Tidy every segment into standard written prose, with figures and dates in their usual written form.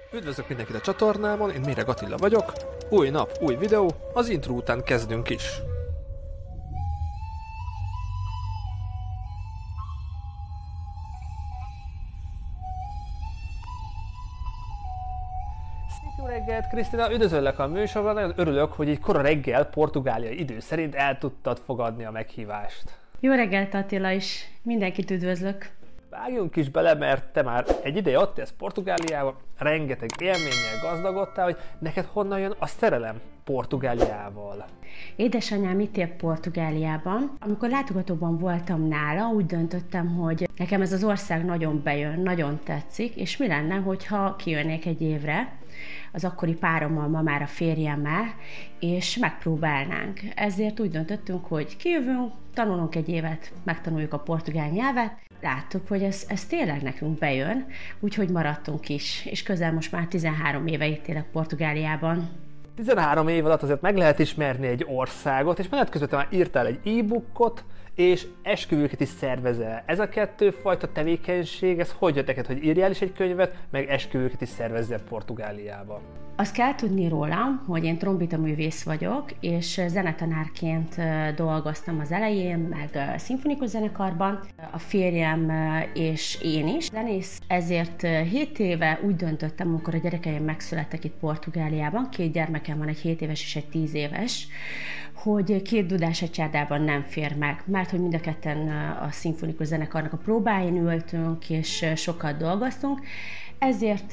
Üdvözlök mindenkit a csatornámon, én Méreg Attila vagyok. Új nap, új videó, az intro után kezdünk is. Szép jó reggelt, Krisztina, üdvözöllek a műsorban, nagyon örülök, hogy így kora reggel portugáliai idő szerint el tudtad fogadni a meghívást. Jó reggelt, Attila is, mindenkit üdvözlök. Vágjunk is bele, mert te már egy ideje ott élsz Portugáliában, rengeteg élménnyel gazdagodtál, hogy neked honnan jön a szerelem Portugáliával? Édesanyám itt él Portugáliában. Amikor látogatóban voltam nála, úgy döntöttem, hogy nekem ez az ország nagyon bejön, nagyon tetszik, és mi lenne, hogyha kijönnék egy évre az akkori párommal, ma már a férjemmel, és megpróbálnánk. Ezért úgy döntöttünk, hogy kijövünk, tanulunk egy évet, megtanuljuk a portugál nyelvet. Láttuk, hogy ez tényleg nekünk bejön, úgyhogy maradtunk is, és közel most már 13 éve itt élek Portugáliában. 13 év alatt azért meg lehet ismerni egy országot, és menet közben már írtál egy e-bookot, és esküvőket is szervezel. Ez a kettő fajta tevékenység, ez hogy jött neked, hogy írjál is egy könyvet, meg esküvőket is szervezzel Portugáliában? Azt kell tudni rólam, hogy én trombitaművész vagyok, és zenetanárként dolgoztam az elején, meg szimfonikus zenekarban. A férjem és én is zenész, ezért 7 éve úgy döntöttem, amikor a gyerekeim megszülettek itt Portugáliában, 2 gyermekem van, egy 7 éves és egy 10 éves, hogy 2 dudás egy csárdában nem fér meg, mert hogy mind a ketten a szimfonikus zenekarnak a próbáin ültünk, és sokat dolgoztunk, ezért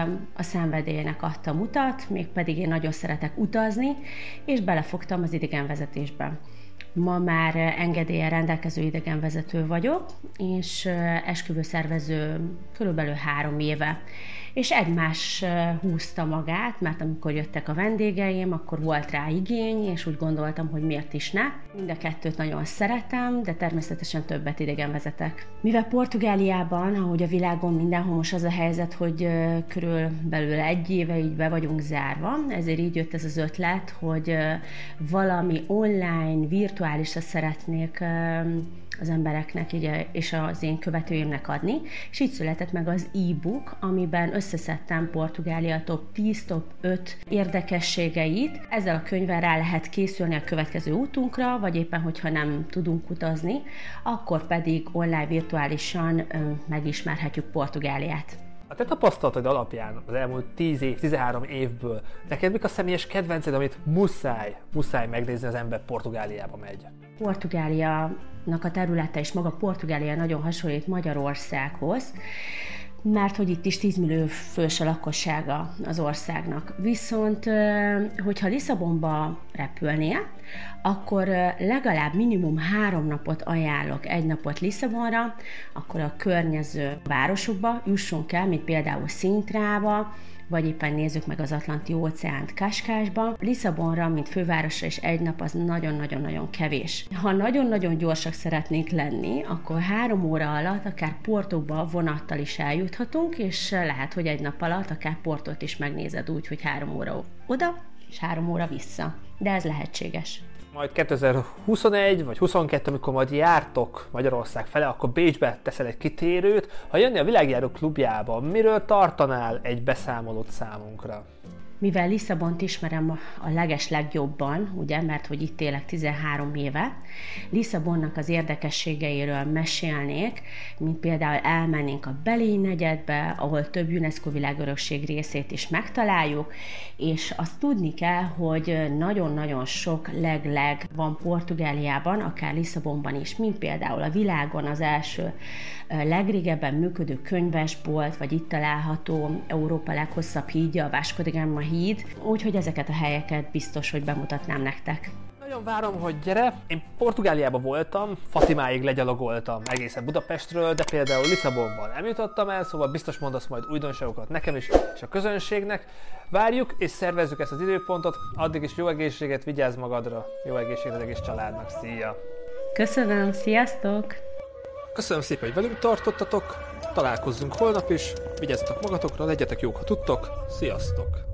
a szenvedélynek adtam utat, mégpedig én nagyon szeretek utazni, és belefogtam az idegenvezetésbe. Ma már engedéllyel rendelkező idegenvezető vagyok, és esküvőszervező körülbelül 3 éve. És egymás húzta magát, mert amikor jöttek a vendégeim, akkor volt rá igény, és úgy gondoltam, hogy miért is ne. Mind a kettőt nagyon szeretem, de természetesen többet idegenvezetek. Mivel Portugáliában, ahogy a világon mindenhol most az a helyzet, hogy körülbelül 1 éve így be vagyunk zárva, ezért így jött ez az ötlet, hogy valami online, virtuálisra szeretnék az embereknek és az én követőimnek adni, és így született meg az e-book, amiben összeszedtem Portugália top 10, top 5 érdekességeit. Ezzel a könyvvel rá lehet készülni a következő útunkra, vagy éppen, hogyha nem tudunk utazni, akkor pedig online virtuálisan megismerhetjük Portugáliát. A te tapasztalatod alapján az elmúlt 10 év, 13 évből neked mik a személyes kedvenced, amit muszáj megnézni az ember Portugáliába megy? Portugáliának a területe és maga Portugália nagyon hasonlít Magyarországhoz, mert hogy itt is 10 millió fős a lakossága az országnak. Viszont, hogyha Lisszabonba repülnél, akkor legalább minimum 3 napot ajánlok, 1 napot Lisszabonra, akkor a környező városokba jussunk el, mint például Szintrába, vagy éppen nézzük meg az Atlanti-óceánt Cascásban. Lisszabonra, mint fővárosra is 1 nap az nagyon-nagyon-nagyon kevés. Ha nagyon-nagyon gyorsak szeretnénk lenni, akkor 3 óra alatt akár Portóba vonattal is eljuthatunk, és lehet, hogy 1 nap alatt akár Portót is megnézed úgy, hogy 3 óra oda, és 3 óra vissza. De ez lehetséges. Majd 2021 vagy 22, amikor majd jártok Magyarország fele, akkor Bécsbe teszel egy kitérőt. Ha jönni a Világjáró klubjába, miről tartanál egy beszámolót számunkra? Mivel Lisszabont ismerem a legjobban, ugye, mert hogy itt élek 13 éve, Lisszabonnak az érdekességeiről mesélnék, mint például elmennénk a Belém negyedbe, ahol több UNESCO világörökség részét is megtaláljuk, és azt tudni kell, hogy nagyon-nagyon sok leg van Portugáliában, akár Lisszabonban is, mint például a világon az első legrégebben működő könyvesbolt, vagy itt található Európa leghosszabb hídja, a Vasco da Gama híd, úgyhogy ezeket a helyeket biztos, hogy bemutatnám nektek. Nagyon várom, hogy gyere! Én Portugáliában voltam, Fatimáig legyalogoltam egészen Budapestről, de például Lisszabonban nem jutottam el, szóval biztos mondasz majd újdonságokat nekem is, és a közönségnek. Várjuk és szervezzük ezt az időpontot, addig is jó egészséget, vigyázz magadra, jó egészséget az egész családnak, szia! Köszönöm, sziasztok! Köszönöm szépen, hogy velünk tartottatok, találkozzunk holnap is, vigyázzatok magatokra, legyetek jók, ha tudtok, sziasztok!